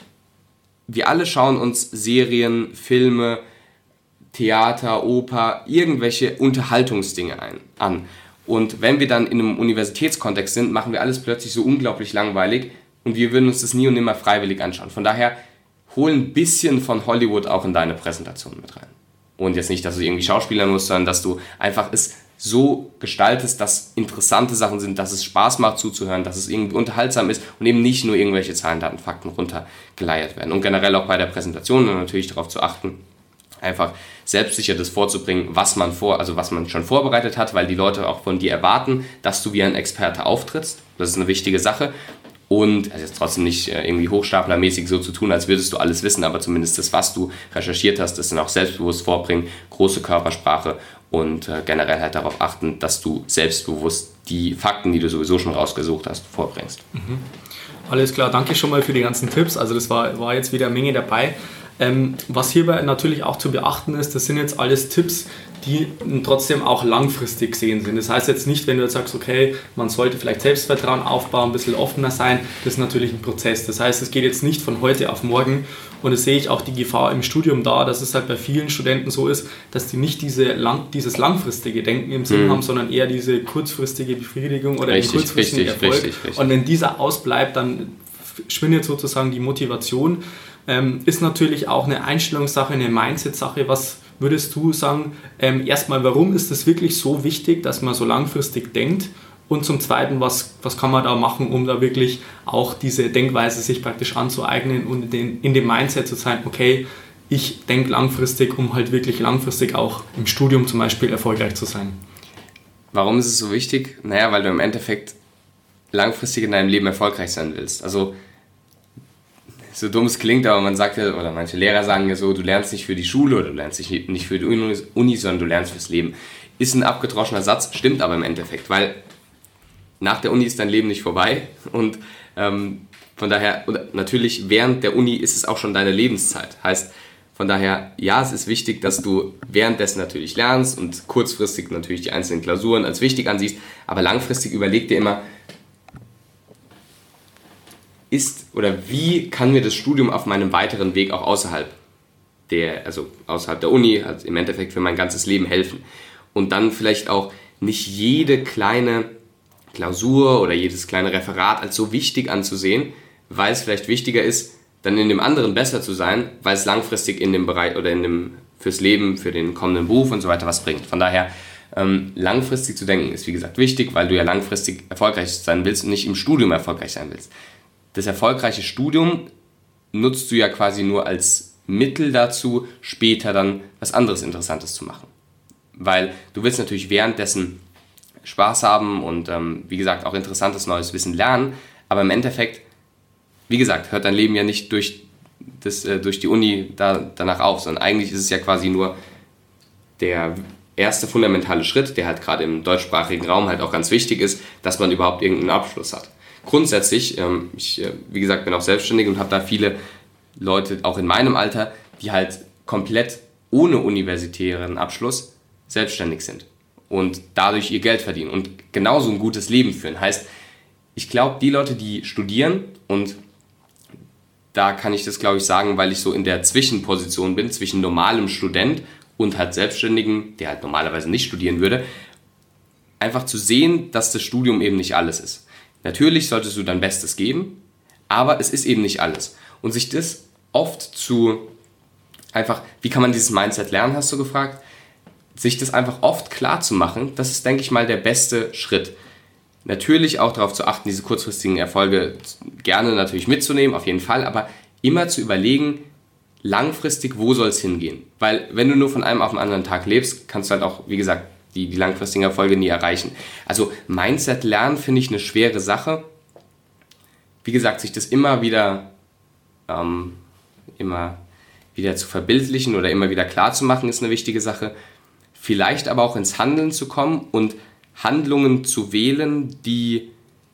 wir alle schauen uns Serien, Filme, Theater, Oper, irgendwelche Unterhaltungsdinge ein, an. Und wenn wir dann in einem Universitätskontext sind, machen wir alles plötzlich so unglaublich langweilig und wir würden uns das nie und nimmer freiwillig anschauen. Von daher, hol ein bisschen von Hollywood auch in deine Präsentation mit rein. Und jetzt nicht, dass du irgendwie schauspielern musst, sondern dass du einfach es so gestaltest, dass interessante Sachen sind, dass es Spaß macht zuzuhören, dass es irgendwie unterhaltsam ist und eben nicht nur irgendwelche Zahlen, Daten, Fakten runtergeleiert werden. Und generell auch bei der Präsentation natürlich darauf zu achten, einfach selbstsicher das vorzubringen, was man vor, also was man schon vorbereitet hat, weil die Leute auch von dir erwarten, dass du wie ein Experte auftrittst. Das ist eine wichtige Sache. Und also jetzt trotzdem nicht irgendwie hochstaplermäßig so zu tun, als würdest du alles wissen, aber zumindest das, was du recherchiert hast, das dann auch selbstbewusst vorbringen, große Körpersprache und äh, generell halt darauf achten, dass du selbstbewusst die Fakten, die du sowieso schon rausgesucht hast, vorbringst. Mhm. Alles klar, danke schon mal für die ganzen Tipps. Also das war, war jetzt wieder eine Menge dabei. Ähm, was hierbei natürlich auch zu beachten ist, das sind jetzt alles Tipps, die trotzdem auch langfristig gesehen sind. Das heißt jetzt nicht, wenn du jetzt sagst, okay, man sollte vielleicht Selbstvertrauen aufbauen, ein bisschen offener sein, das ist natürlich ein Prozess. Das heißt, es geht jetzt nicht von heute auf morgen und das sehe ich auch die Gefahr im Studium da, dass es halt bei vielen Studenten so ist, dass die nicht diese lang, dieses langfristige Denken im Sinn mhm. haben, sondern eher diese kurzfristige Befriedigung oder richtig, den kurzfristigen richtig, Erfolg. Richtig, richtig. Und wenn dieser ausbleibt, dann schwindet sozusagen die Motivation. Ähm, ist natürlich auch eine Einstellungssache, eine Mindset-Sache. Was würdest du sagen, ähm, erstmal, warum ist es wirklich so wichtig, dass man so langfristig denkt? Und zum Zweiten, was, was kann man da machen, um da wirklich auch diese Denkweise sich praktisch anzueignen und in, den, in dem Mindset zu sein, okay, ich denke langfristig, um halt wirklich langfristig auch im Studium zum Beispiel erfolgreich zu sein. Warum ist es so wichtig? Naja, weil du im Endeffekt langfristig in deinem Leben erfolgreich sein willst. Also so dumm es klingt, aber man sagt ja, oder manche Lehrer sagen ja so, du lernst nicht für die Schule oder du lernst nicht, nicht für die Uni, Uni, sondern du lernst fürs Leben. Ist ein abgedroschener Satz, stimmt aber im Endeffekt, weil nach der Uni ist dein Leben nicht vorbei und ähm, von daher, und natürlich während der Uni ist es auch schon deine Lebenszeit. Heißt, von daher, ja, es ist wichtig, dass du währenddessen natürlich lernst und kurzfristig natürlich die einzelnen Klausuren als wichtig ansiehst, aber langfristig überleg dir immer, ist oder wie kann mir das Studium auf meinem weiteren Weg auch außerhalb der, also außerhalb der Uni, also im Endeffekt für mein ganzes Leben helfen. Und dann vielleicht auch nicht jede kleine Klausur oder jedes kleine Referat als so wichtig anzusehen, weil es vielleicht wichtiger ist, dann in dem anderen besser zu sein, weil es langfristig in dem Bereich oder in dem fürs Leben, für den kommenden Beruf und so weiter was bringt. Von daher, ähm, langfristig zu denken ist wie gesagt wichtig, weil du ja langfristig erfolgreich sein willst und nicht im Studium erfolgreich sein willst. Das erfolgreiche Studium nutzt du ja quasi nur als Mittel dazu, später dann was anderes Interessantes zu machen. Weil du willst natürlich währenddessen Spaß haben und ähm, wie gesagt auch interessantes neues Wissen lernen, aber im Endeffekt, wie gesagt, hört dein Leben ja nicht durch, das, äh, durch die Uni da, danach auf, sondern eigentlich ist es ja quasi nur der erste fundamentale Schritt, der halt gerade im deutschsprachigen Raum halt auch ganz wichtig ist, dass man überhaupt irgendeinen Abschluss hat. Grundsätzlich, ähm, ich äh, wie gesagt bin auch selbstständig und habe da viele Leute, auch in meinem Alter, die halt komplett ohne universitären Abschluss selbstständig sind und dadurch ihr Geld verdienen und genauso ein gutes Leben führen. Heißt, ich glaube, die Leute, die studieren, und da kann ich das, glaube ich, sagen, weil ich so in der Zwischenposition bin, zwischen normalem Student und halt Selbstständigen, der halt normalerweise nicht studieren würde, einfach zu sehen, dass das Studium eben nicht alles ist. Natürlich solltest du dein Bestes geben, aber es ist eben nicht alles. Und sich das oft zu, einfach, wie kann man dieses Mindset lernen, hast du gefragt, sich das einfach oft klar zu machen, das ist, denke ich mal, der beste Schritt. Natürlich auch darauf zu achten, diese kurzfristigen Erfolge gerne natürlich mitzunehmen, auf jeden Fall, aber immer zu überlegen, langfristig, wo soll es hingehen? Weil wenn du nur von einem auf den anderen Tag lebst, kannst du halt auch, wie gesagt, die, die langfristigen Erfolge nie erreichen. Also Mindset lernen finde ich eine schwere Sache. Wie gesagt, sich das immer wieder, ähm, immer wieder zu verbildlichen oder immer wieder klar zu machen, ist eine wichtige Sache. Vielleicht aber auch ins Handeln zu kommen und Handlungen zu wählen, die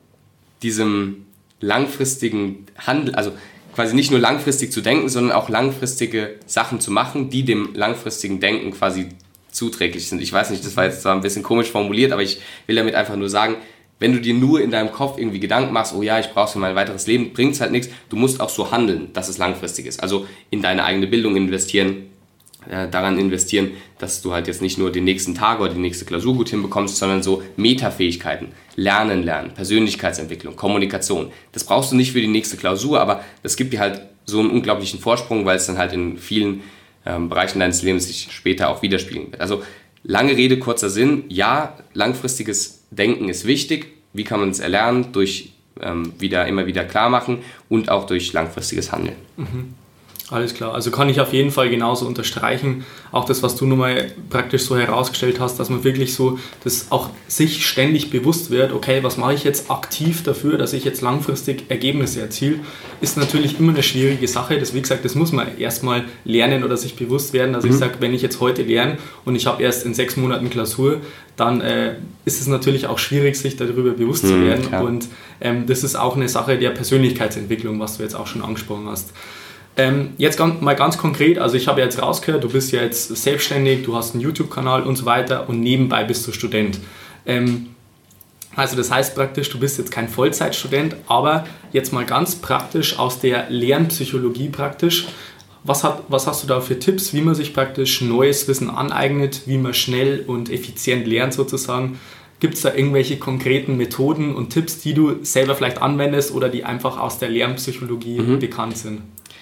diesem langfristigen Handel, also quasi nicht nur langfristig zu denken, sondern auch langfristige Sachen zu machen, die dem langfristigen Denken quasi zuträglich sind. Ich weiß nicht, das war jetzt zwar ein bisschen komisch formuliert, aber ich will damit einfach nur sagen, wenn du dir nur in deinem Kopf irgendwie Gedanken machst, oh ja, ich brauche es für mein weiteres Leben, bringt es halt nichts. Du musst auch so handeln, dass es langfristig ist. Also in deine eigene Bildung investieren, äh, daran investieren, dass du halt jetzt nicht nur den nächsten Tag oder die nächste Klausur gut hinbekommst, sondern so Metafähigkeiten, Lernen lernen, Persönlichkeitsentwicklung, Kommunikation. Das brauchst du nicht für die nächste Klausur, aber das gibt dir halt so einen unglaublichen Vorsprung, weil es dann halt in vielen ähm, Bereichen deines Lebens sich später auch widerspiegeln wird. Also lange Rede, kurzer Sinn, ja, langfristiges Denken ist wichtig. Wie kann man es erlernen? Durch ähm, wieder, immer wieder klar machen und auch durch langfristiges Handeln. Mhm. Alles klar, also kann ich auf jeden Fall genauso unterstreichen, auch das, was du nochmal praktisch so herausgestellt hast, dass man wirklich so das auch sich ständig bewusst wird, okay, was mache ich jetzt aktiv dafür, dass ich jetzt langfristig Ergebnisse erziele, ist natürlich immer eine schwierige Sache, das, wie gesagt, das muss man erstmal lernen oder sich bewusst werden, also mhm. ich sage, wenn ich jetzt heute lerne und ich habe erst in sechs Monaten Klausur, dann äh, ist es natürlich auch schwierig, sich darüber bewusst mhm, zu werden klar. Und ähm, das ist auch eine Sache der Persönlichkeitsentwicklung, was du jetzt auch schon angesprochen hast. Ähm, jetzt ganz, mal ganz konkret, also ich habe jetzt rausgehört, du bist ja jetzt selbstständig, du hast einen YouTube-Kanal und so weiter und nebenbei bist du Student. Ähm, also das heißt praktisch, du bist jetzt kein Vollzeitstudent, aber jetzt mal ganz praktisch aus der Lernpsychologie praktisch, was, hat, was hast du da für Tipps, wie man sich praktisch neues Wissen aneignet, wie man schnell und effizient lernt sozusagen? Gibt es da irgendwelche konkreten Methoden und Tipps, die du selber vielleicht anwendest oder die einfach aus der Lernpsychologie mhm. bekannt sind?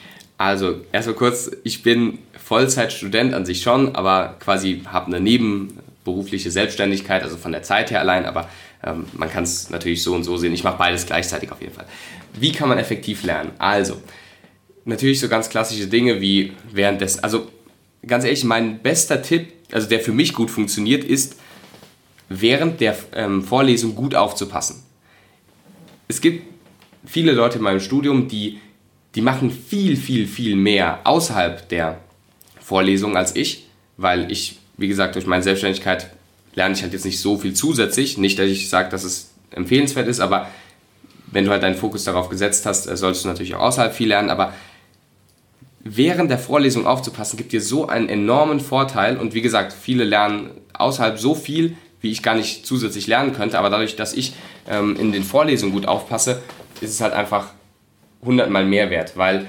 Also, erstmal kurz, ich bin Vollzeitstudent an sich schon, aber quasi habe eine nebenberufliche Selbstständigkeit, also von der Zeit her allein, aber ähm, man kann es natürlich so und so sehen. Ich mache beides gleichzeitig auf jeden Fall. Wie kann man effektiv lernen? Also, natürlich so ganz klassische Dinge wie währenddessen, also ganz ehrlich, mein bester Tipp, also der für mich gut funktioniert, ist, während der ähm, Vorlesung gut aufzupassen. Es gibt viele Leute in meinem Studium, die die machen viel, viel, viel mehr außerhalb der Vorlesung als ich, weil ich, wie gesagt, durch meine Selbstständigkeit lerne ich halt jetzt nicht so viel zusätzlich. Nicht, dass ich sage, dass es empfehlenswert ist, aber wenn du halt deinen Fokus darauf gesetzt hast, solltest du natürlich auch außerhalb viel lernen, aber während der Vorlesung aufzupassen, gibt dir so einen enormen Vorteil und wie gesagt, viele lernen außerhalb so viel, wie ich gar nicht zusätzlich lernen könnte, aber dadurch, dass ich ähm, in den Vorlesungen gut aufpasse, ist es halt einfach hundertmal mehr wert, weil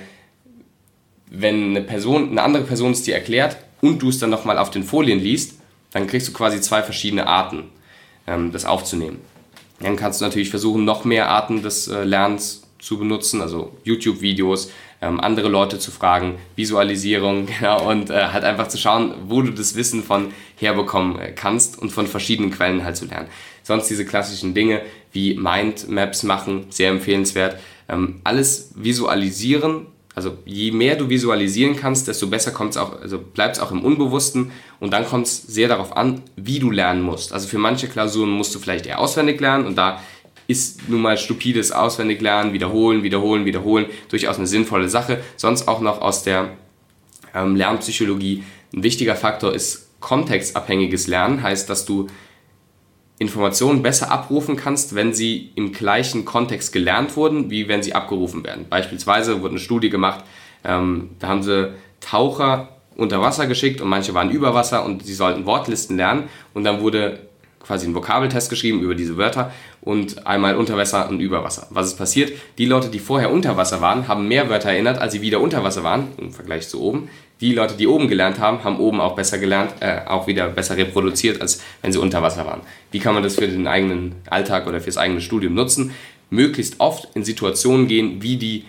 wenn eine Person, eine andere Person es dir erklärt und du es dann nochmal auf den Folien liest, dann kriegst du quasi zwei verschiedene Arten, ähm, das aufzunehmen. Dann kannst du natürlich versuchen, noch mehr Arten des äh, Lernens zu benutzen, also YouTube-Videos, ähm, andere Leute zu fragen, Visualisierung, genau, und äh, halt einfach zu schauen, wo du das Wissen von herbekommen äh, kannst und von verschiedenen Quellen halt zu lernen. Sonst diese klassischen Dinge wie Mindmaps machen, sehr empfehlenswert. Ähm, alles visualisieren, also je mehr du visualisieren kannst, desto besser kommt's auch, also bleibt es auch im Unbewussten und dann kommt es sehr darauf an, wie du lernen musst. Also für manche Klausuren musst du vielleicht eher auswendig lernen und da ist nun mal stupides Auswendiglernen, wiederholen, wiederholen, wiederholen durchaus eine sinnvolle Sache. Sonst auch noch aus der ähm, Lernpsychologie ein wichtiger Faktor ist kontextabhängiges Lernen, heißt, dass du Informationen besser abrufen kannst, wenn sie im gleichen Kontext gelernt wurden, wie wenn sie abgerufen werden. Beispielsweise wurde eine Studie gemacht, ähm, da haben sie Taucher unter Wasser geschickt und manche waren über Wasser und sie sollten Wortlisten lernen und dann wurde quasi ein Vokabeltest geschrieben über diese Wörter und einmal unter Wasser und über Wasser. Was ist passiert? Die Leute, die vorher unter Wasser waren, haben mehr Wörter erinnert, als sie wieder unter Wasser waren, im Vergleich zu oben. Die Leute, die oben gelernt haben, haben oben auch besser gelernt, äh, auch wieder besser reproduziert, als wenn sie unter Wasser waren. Wie kann man das für den eigenen Alltag oder fürs eigene Studium nutzen? Möglichst oft in Situationen gehen, wie die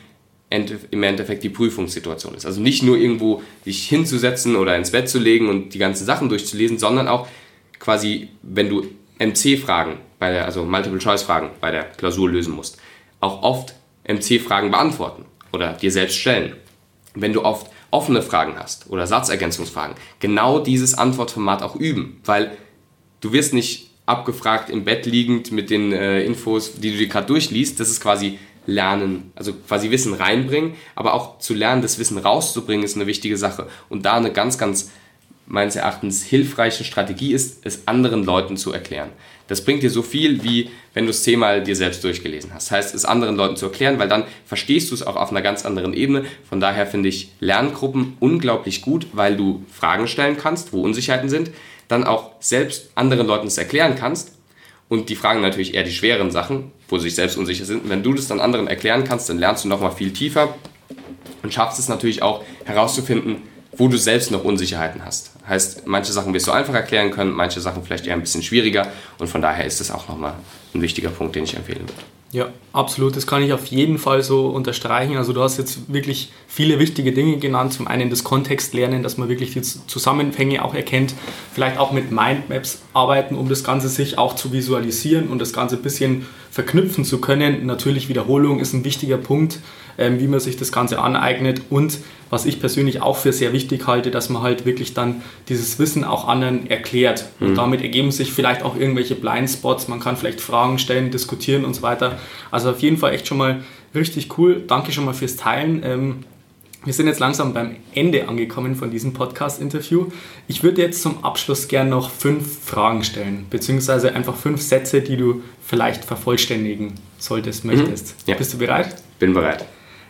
im Endeffekt die Prüfungssituation ist. Also nicht nur irgendwo dich hinzusetzen oder ins Bett zu legen und die ganzen Sachen durchzulesen, sondern auch quasi, wenn du M C-Fragen, bei der, also Multiple-Choice-Fragen bei der Klausur lösen musst, auch oft M C-Fragen beantworten oder dir selbst stellen. Wenn du oft offene Fragen hast oder Satzergänzungsfragen, genau dieses Antwortformat auch üben, weil du wirst nicht abgefragt im Bett liegend mit den äh, Infos, die du dir gerade durchliest, das ist quasi Lernen, also quasi Wissen reinbringen, aber auch zu lernen, das Wissen rauszubringen, ist eine wichtige Sache und da eine ganz, ganz meines Erachtens hilfreiche Strategie ist, es anderen Leuten zu erklären. Das bringt dir so viel, wie wenn du es zehnmal dir selbst durchgelesen hast. Das heißt, es anderen Leuten zu erklären, weil dann verstehst du es auch auf einer ganz anderen Ebene. Von daher finde ich Lerngruppen unglaublich gut, weil du Fragen stellen kannst, wo Unsicherheiten sind, dann auch selbst anderen Leuten es erklären kannst und die fragen natürlich eher die schweren Sachen, wo sie sich selbst unsicher sind. Und wenn du das dann anderen erklären kannst, dann lernst du nochmal viel tiefer und schaffst es natürlich auch herauszufinden, wo du selbst noch Unsicherheiten hast. Heißt, manche Sachen wirst du einfach erklären können, manche Sachen vielleicht eher ein bisschen schwieriger und von daher ist das auch nochmal ein wichtiger Punkt, den ich empfehlen würde. Ja, absolut, das kann ich auf jeden Fall so unterstreichen. Also du hast jetzt wirklich viele wichtige Dinge genannt. Zum einen das Kontextlernen, dass man wirklich die Zusammenhänge auch erkennt, vielleicht auch mit Mindmaps arbeiten, um das Ganze sich auch zu visualisieren und das Ganze ein bisschen verknüpfen zu können. Natürlich Wiederholung ist ein wichtiger Punkt, ähm, wie man sich das Ganze aneignet und was ich persönlich auch für sehr wichtig halte, dass man halt wirklich dann dieses Wissen auch anderen erklärt. Und mhm. damit ergeben sich vielleicht auch irgendwelche Blindspots, man kann vielleicht Fragen stellen, diskutieren und so weiter. Also auf jeden Fall echt schon mal richtig cool. Danke schon mal fürs Teilen. Ähm, wir sind jetzt langsam beim Ende angekommen von diesem Podcast-Interview. Ich würde jetzt zum Abschluss gerne noch fünf Fragen stellen, beziehungsweise einfach fünf Sätze, die du vielleicht vervollständigen solltest, möchtest. Mhm. Ja. Bist du bereit? Bin bereit.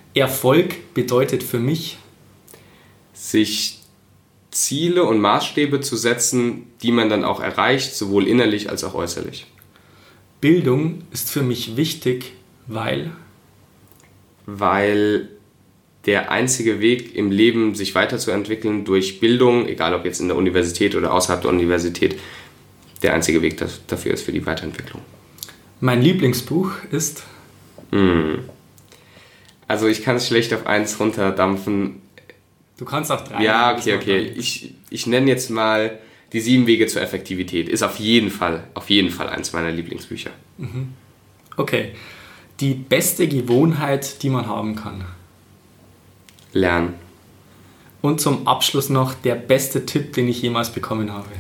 Erfolg bedeutet für mich, sich Ziele und Maßstäbe zu setzen, die man dann auch erreicht, sowohl innerlich als auch äußerlich. Bildung ist für mich wichtig, weil? Weil der einzige Weg im Leben, sich weiterzuentwickeln durch Bildung, egal ob jetzt in der Universität oder außerhalb der Universität, der einzige Weg dafür ist für die Weiterentwicklung. Mein Lieblingsbuch ist? Hm. Also ich kann es schlecht auf eins runterdampfen. Du kannst auch drei. Ja, okay, okay. Ich, ich nenne jetzt mal die sieben Wege zur Effektivität. Ist auf jeden Fall, auf jeden Fall eins meiner Lieblingsbücher. Okay. Die beste Gewohnheit, die man haben kann. Lernen. Und zum Abschluss noch der beste Tipp, den ich jemals bekommen habe.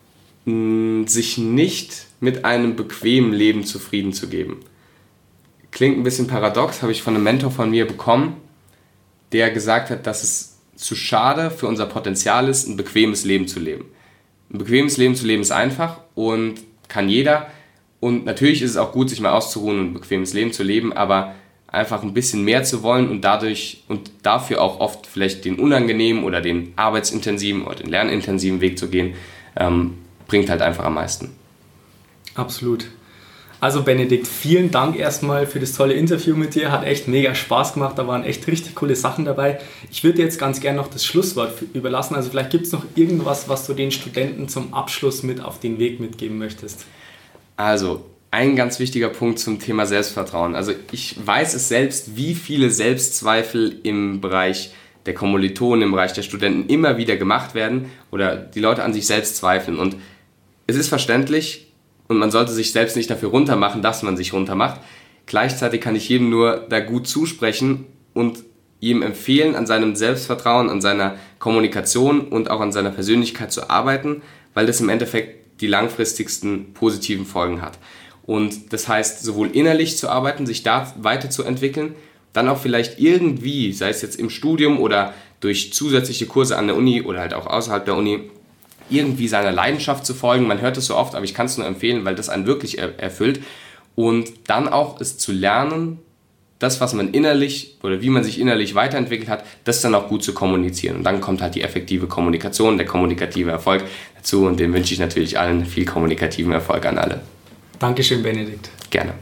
Puh. Sich nicht mit einem bequemen Leben zufrieden zu geben. klingt ein bisschen paradox, habe ich von einem Mentor von mir bekommen, der gesagt hat, dass es zu schade für unser Potenzial ist, ein bequemes Leben zu leben. Ein bequemes Leben zu leben ist einfach und kann jeder. Und natürlich ist es auch gut, sich mal auszuruhen und ein bequemes Leben zu leben, aber einfach ein bisschen mehr zu wollen und dadurch und dafür auch oft vielleicht den unangenehmen oder den arbeitsintensiven oder den lernintensiven Weg zu gehen, ähm, bringt halt einfach am meisten. Absolut. Also Benedikt, vielen Dank erstmal für das tolle Interview mit dir. Hat echt mega Spaß gemacht, da waren echt richtig coole Sachen dabei. Ich würde dir jetzt ganz gerne noch das Schlusswort überlassen. Also vielleicht gibt es noch irgendwas, was du den Studenten zum Abschluss mit auf den Weg mitgeben möchtest. Also, ein ganz wichtiger Punkt zum Thema Selbstvertrauen. Also ich weiß es selbst, wie viele Selbstzweifel im Bereich der Kommilitonen, im Bereich der Studenten immer wieder gemacht werden oder die Leute an sich selbst zweifeln. Und es ist verständlich und man sollte sich selbst nicht dafür runtermachen, dass man sich runtermacht. Gleichzeitig kann ich jedem nur da gut zusprechen und ihm empfehlen, an seinem Selbstvertrauen, an seiner Kommunikation und auch an seiner Persönlichkeit zu arbeiten, weil das im Endeffekt die langfristigsten positiven Folgen hat. Und das heißt, sowohl innerlich zu arbeiten, sich da weiterzuentwickeln, dann auch vielleicht irgendwie, sei es jetzt im Studium oder durch zusätzliche Kurse an der Uni oder halt auch außerhalb der Uni, irgendwie seiner Leidenschaft zu folgen. Man hört es so oft, aber ich kann es nur empfehlen, weil das einen wirklich er- erfüllt. Und dann auch es zu lernen, das, was man innerlich oder wie man sich innerlich weiterentwickelt hat, das dann auch gut zu kommunizieren. Und dann kommt halt die effektive Kommunikation, der kommunikative Erfolg dazu. Und dem wünsche ich natürlich allen viel kommunikativen Erfolg an alle. Dankeschön, Benedikt. Gerne.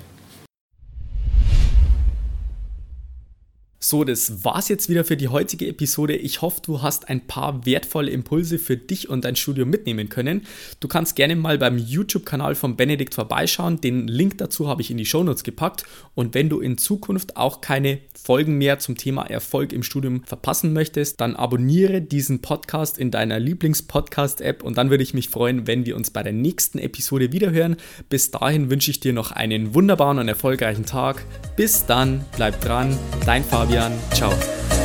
So, das war's jetzt wieder für die heutige Episode. Ich hoffe, du hast ein paar wertvolle Impulse für dich und dein Studium mitnehmen können. Du kannst gerne mal beim YouTube-Kanal von Benedikt vorbeischauen. Den Link dazu habe ich in die Shownotes gepackt. Und wenn du in Zukunft auch keine Folgen mehr zum Thema Erfolg im Studium verpassen möchtest, dann abonniere diesen Podcast in deiner Lieblings-Podcast-App und dann würde ich mich freuen, wenn wir uns bei der nächsten Episode wiederhören. Bis dahin wünsche ich dir noch einen wunderbaren und erfolgreichen Tag. Bis dann, bleib dran, dein Fabian. Ciao.